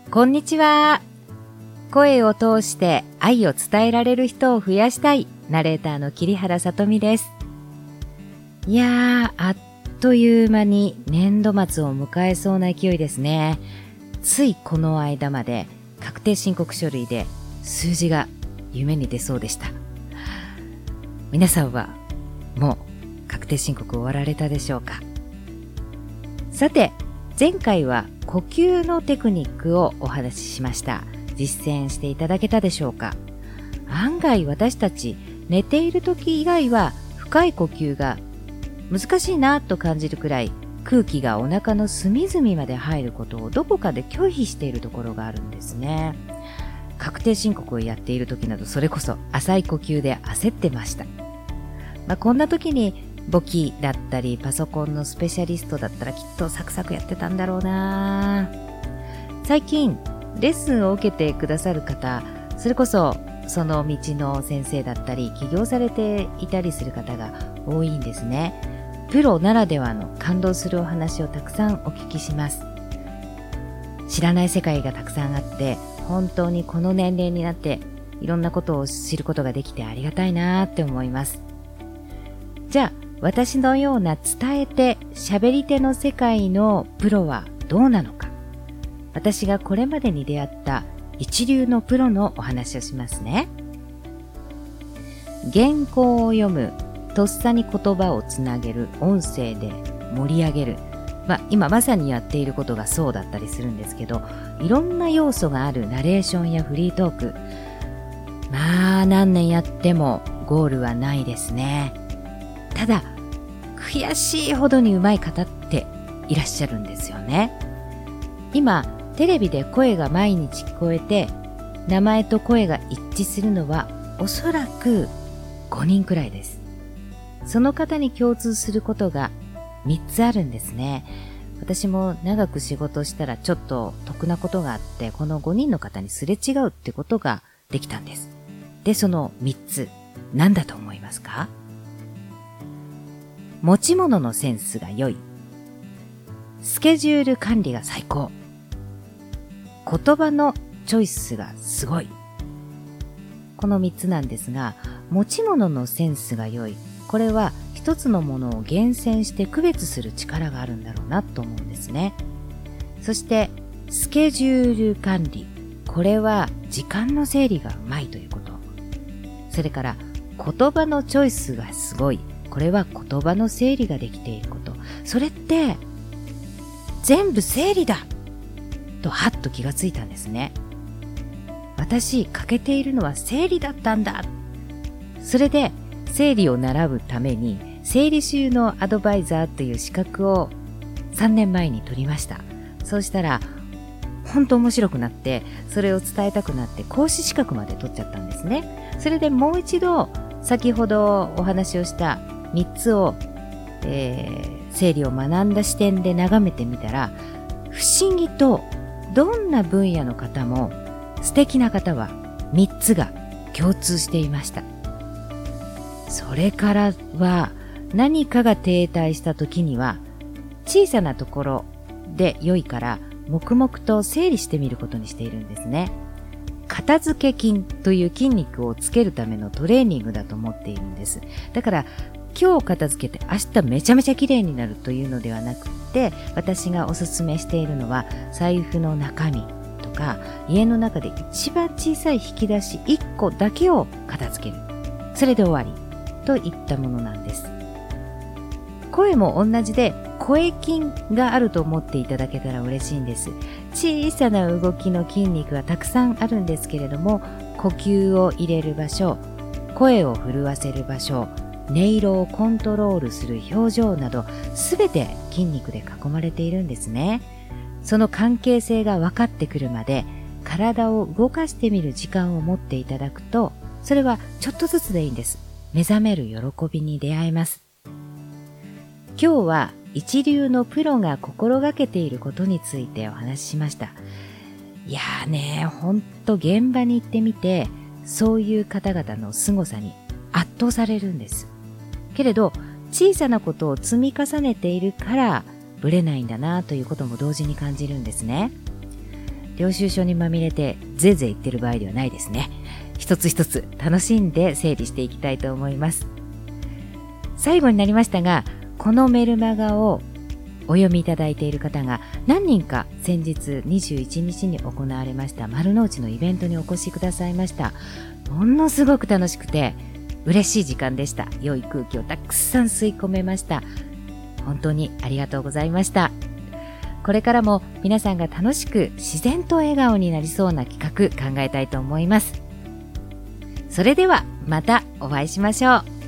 こんにちは。声を通して愛を伝えられる人を増やしたいナレーターの桐原さとみです。いやー、あっという間に年度末を迎えそうな勢いですね。ついこの間まで確定申告書類で数字が夢に出そうでした。皆さんはもう確定申告終わられたでしょうか。さて、前回は呼吸のテクニックをお話ししました。実践していただけたでしょうか。案外私たち寝ている時以外は深い呼吸が難しいなと感じるくらい、空気がお腹の隅々まで入ることをどこかで拒否しているところがあるんですね。確定申告をやっている時などそれこそ浅い呼吸で焦ってました。こんな時に簿記だったりパソコンのスペシャリストだったらきっとサクサクやってたんだろうな。最近レッスンを受けてくださる方、それこそその道の先生だったり起業されていたりする方が多いんですね。プロならではの感動するお話をたくさんお聞きします。知らない世界がたくさんあって、本当にこの年齢になっていろんなことを知ることができてありがたいなって思います。じゃあ私のような伝え手、喋り手の世界のプロはどうなのか。私がこれまでに出会った一流のプロのお話をしますね。原稿を読む、とっさに言葉をつなげる、音声で盛り上げる。今まさにやっていることがそうだったりするんですけど、いろんな要素があるナレーションやフリートーク。何年やってもゴールはないですね。ただ、悔しいほどに上手い方っていらっしゃるんですよね。今、テレビで声が毎日聞こえて、名前と声が一致するのはおそらく5人くらいです。その方に共通することが3つあるんですね。私も長く仕事したらちょっと得なことがあって、この5人の方にすれ違うってことができたんです。で、その3つ、何だと思いますか？持ち物のセンスが良い。スケジュール管理が最高。言葉のチョイスがすごい。この3つなんですが、持ち物のセンスが良い。これは一つのものを厳選して区別する力があるんだろうなと思うんですね。そして、スケジュール管理。これは時間の整理がうまいということ。それから、言葉のチョイスがすごい。これは言葉の整理ができていること。それって、全部整理だとはっと気がついたんですね。私、欠けているのは整理だったんだ。それで、整理を習うために、整理収納アドバイザーという資格を3年前に取りました。そうしたら、本当面白くなって、それを伝えたくなって講師資格まで取っちゃったんですね。それでもう一度、先ほどお話をした3つを、整理を学んだ視点で眺めてみたら、不思議とどんな分野の方も素敵な方は3つが共通していました。それからは何かが停滞した時には小さなところで良いから黙々と整理してみることにしているんですね。片付け筋という筋肉をつけるためのトレーニングだと思っているんです。だから今日片付けて明日めちゃめちゃ綺麗になるというのではなくって、私がおすすめしているのは財布の中身とか家の中で一番小さい引き出し1個だけを片付ける。それで終わりといったものなんです。声も同じで声筋があると思っていただけたら嬉しいんです。小さな動きの筋肉がたくさんあるんですけれども、呼吸を入れる場所、声を震わせる場所、音色をコントロールする表情など、すべて筋肉で囲まれているんですね。その関係性が分かってくるまで、体を動かしてみる時間を持っていただくと、それはちょっとずつでいいんです。目覚める喜びに出会えます。今日は一流のプロが心がけていることについてお話ししました。いやーね、ほんと現場に行ってみて、そういう方々の凄さに圧倒されるんです。けれど、小さなことを積み重ねているから、ぶれないんだなということも同時に感じるんですね。 領収書にまみれてぜいぜい言ってる場合ではないですね。一つ一つ楽しんで整理していきたいと思います。最後になりましたが、このメルマガをお読みいただいている方が何人か先日21日に行われました丸の内のイベントにお越しくださいました。ものすごく楽しくて嬉しい時間でした。良い空気をたくさん吸い込めました。本当にありがとうございました。これからも皆さんが楽しく自然と笑顔になりそうな企画考えたいと思います。それではまたお会いしましょう。